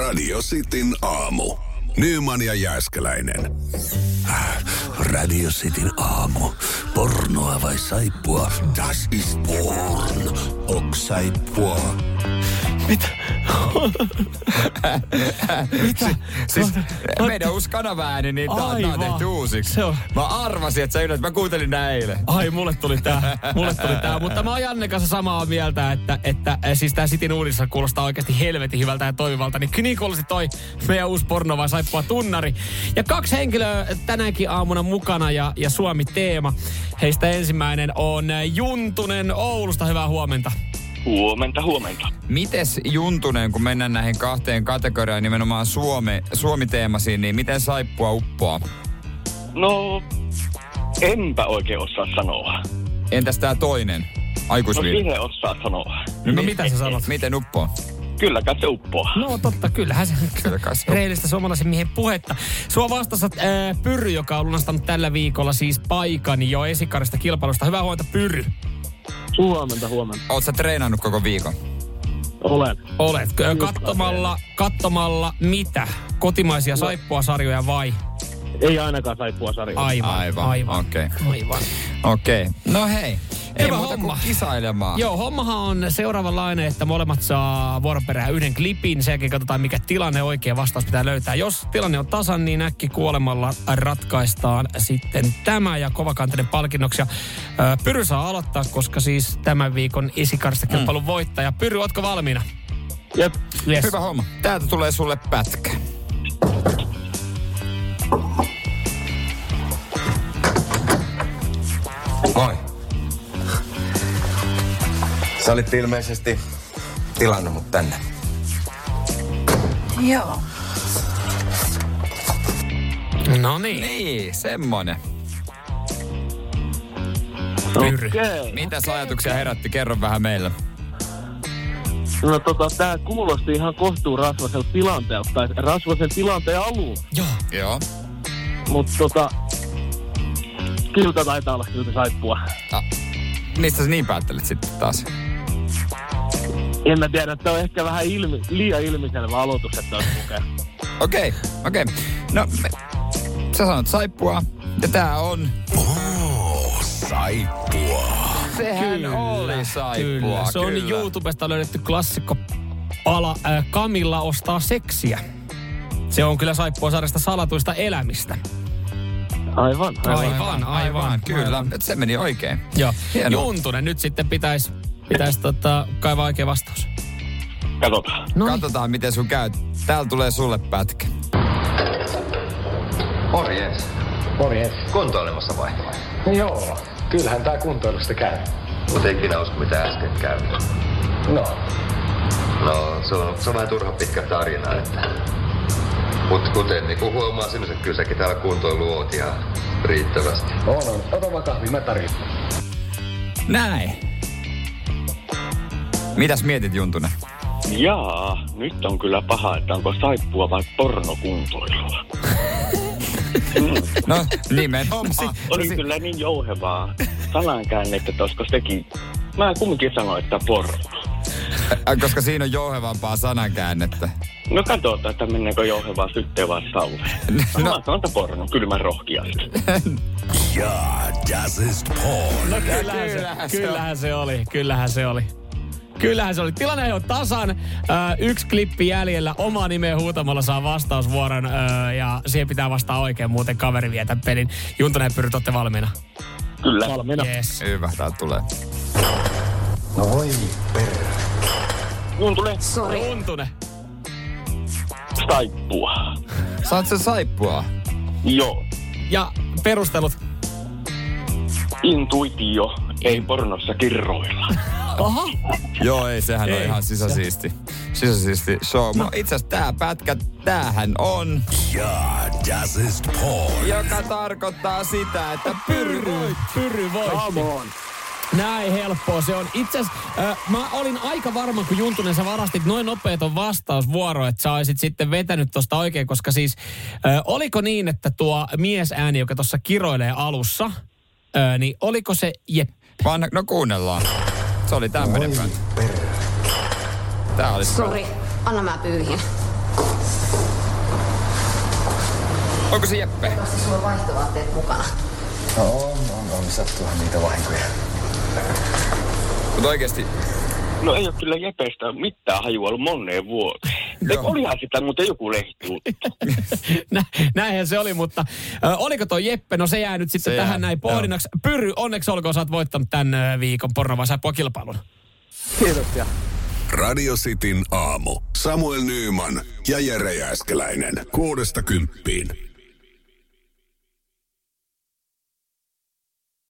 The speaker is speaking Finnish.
Radio Cityn aamu. Nyman ja Jääskeläinen. Radio Cityn aamu. Pornoa vai saippua? Das ist porn. Ok saippua. Mitä? Mitä? Siis meidän uusi kanavaääni, niin tää on tehty uusiksi. Mä arvasin, että sä ylät. Mä kuuntelin nää eilen. Ai, mulle tuli tää. Mutta mä oon Janne kanssa samaa mieltä, että siis tää Cityn uudissa kuulostaa oikeasti helvetin hyvältä ja toimivalta. Niin kuulosti toi meidän uusi porno vai saippua tunnari. Ja 2 henkilöä tänäänkin aamuna mukana ja Suomi-teema. Heistä ensimmäinen on Juntunen Oulusta. Hyvää huomenta. Huomenta. Mites Juntunen, kun mennään näihin 2 kategoriaan, nimenomaan Suomi-teemasiin, niin miten saippua uppoaa? No, enpä oikein osaa sanoa. Entäs tää toinen? Aikuisviihde. No siihen osaa sanoa. No mitä sä sanot? Miten uppoaa? Kyllä kai se uppoaa. No totta, kyllähän se reilistä suomalaisen miehen puhetta. Sua vastassa Pyry, joka on lunastanut tällä viikolla siis paikan jo esikarista kilpailusta. Hyvää huomenta, Pyry. Huomenta. Oot sä treenannut koko viikon? Olet. Katsomalla mitä? Kotimaisia saippuasarjoja vai? Ei ainakaan saippua-sarjoja. Aivan. Okei. No hei. Ei Hyvä muuta homma. kuin kisailemaan. Joo, hommahan on seuraavanlainen, että molemmat saa vuoroperään 1 klipin. Sen jälkeen katsotaan, mikä tilanne oikea vastaus pitää löytää. Jos tilanne on tasan, niin äkki kuolemalla ratkaistaan sitten tämä ja kovakantainen palkinnoksi. Pyry saa aloittaa, koska siis tämän viikon esikarista kilpailun voittaja. Pyry, ootko valmiina? Jep. Yes. Hyvä homma. Täältä tulee sulle pätkä. Moi. Sä olit ilmeisesti tilannut mut tänne. Joo. No niin. Niin, semmonen. Pyry. Mitäs ajatuksia herätti? Kerro vähän meille. No tää kuulosti ihan kohtuun rasvaselta tilanteelta, tai rasvasen tilanteen alun. Joo. Mut kyllä taitaa olla kyllä saippua. Mistä sä niin päättelet sitten taas? En mä tiedä, että on ehkä vähän liian ilmiselvä aloitus, että olisi lukea. Okei. No, sä sanot saippua, ja tää on... Saippua. Sehän oli saippua, Kyllä. Se on YouTubesta löydetty klassikko pala Kamilla ostaa seksiä. Se on kyllä saippua-sarjasta Salatuista elämistä. Aivan. Kyllä, se meni oikein. Joo. Hienoa. Juntunen, nyt sitten pitäisi kaivaa oikea vastaus. Katsotaan. Katsotaan, miten sun käy. Täällä tulee sulle pätkä. Morjes. Kuntoilemassa vai? Joo, kyllähän tää kuntoilusta käy. Mut ei ikinä usko, mitä äsken käy. No, se on vähän turha pitkä tarina, että... Mut kuten niinku huomaa sinänsä, kyllä säkin täällä kuntoilu oot ihan riittävästi. On. Ota vaan kahvi, mä tarjoan. Näin. Mitäs mietit, Juntunen? Jaa, nyt on kyllä paha, että onko saippua vai pornokuntoilua. No, nimenomaan. Oli kyllä niin jouhevaa sanankäännettä, että olisiko sekin... Mä kumminkin sanoin, että porno. Koska siinä on jouhevampaa sanankäännettä. No katsotaan, että mennäänkö jouhevaa sytteen vai sauveen. No. Mä sanon, että porno, kylmän rohkeasti. Ja, das ist porn. No kyllähän se oli. Tilanne on tasan. 1 klippi jäljellä. Omaa nimeä huutamalla saa vastausvuoron. Ja siihen pitää vastaa oikein, muuten kaveri vie tämän pelin. Juntunen ja Pyry, ootte valmiina? Kyllä. Valmiina. Yes. Hyvä, täältä tulee. No voi perä. Juntunen. Saippua. Saat sen saippua? Joo. Ja perustelut. Intuitio. Ei pornossa kirroilla. Aha. Joo, ei, sehän on ihan sisäsiisti show. No itse asiassa tää pätkä, tämähän on... Ja, das ist porn. Joka tarkoittaa sitä, että Pyry voitti. Come on. Näin helppoa se on. Itse asiassa mä olin aika varma, kun Juntunen sä varastit noin nopeaton vastausvuoro, että sä olisit sitten vetänyt tosta oikein, koska siis oliko niin, että tuo miesääni, joka tuossa kiroilee alussa, niin oliko se No kuunnellaan. Se oli tämmönen pätkä. Tää oli... Sori, anna mä pyyhin. Onko se Jeppe? Onko sulla vaihtovaatteet mukana? No on. Sattuuhan niitä vahinkoja. Mutta oikeesti... No ei ole kyllä Jepestä mitään hajua ollut moneen vuoteen. Olihan sitä muuten joku lehti. Näinhän se oli, mutta oliko toi Jeppe? No se jää nyt sitten tähän näin pohdinnaksi. Pyry, onneksi olkoon, sä oot voittanut tämän viikon Porno vai Saippua -kilpailun. Kiitoksia. Radio Cityn aamu. Samuel Nyyman ja Jere Jääskeläinen. 6–10.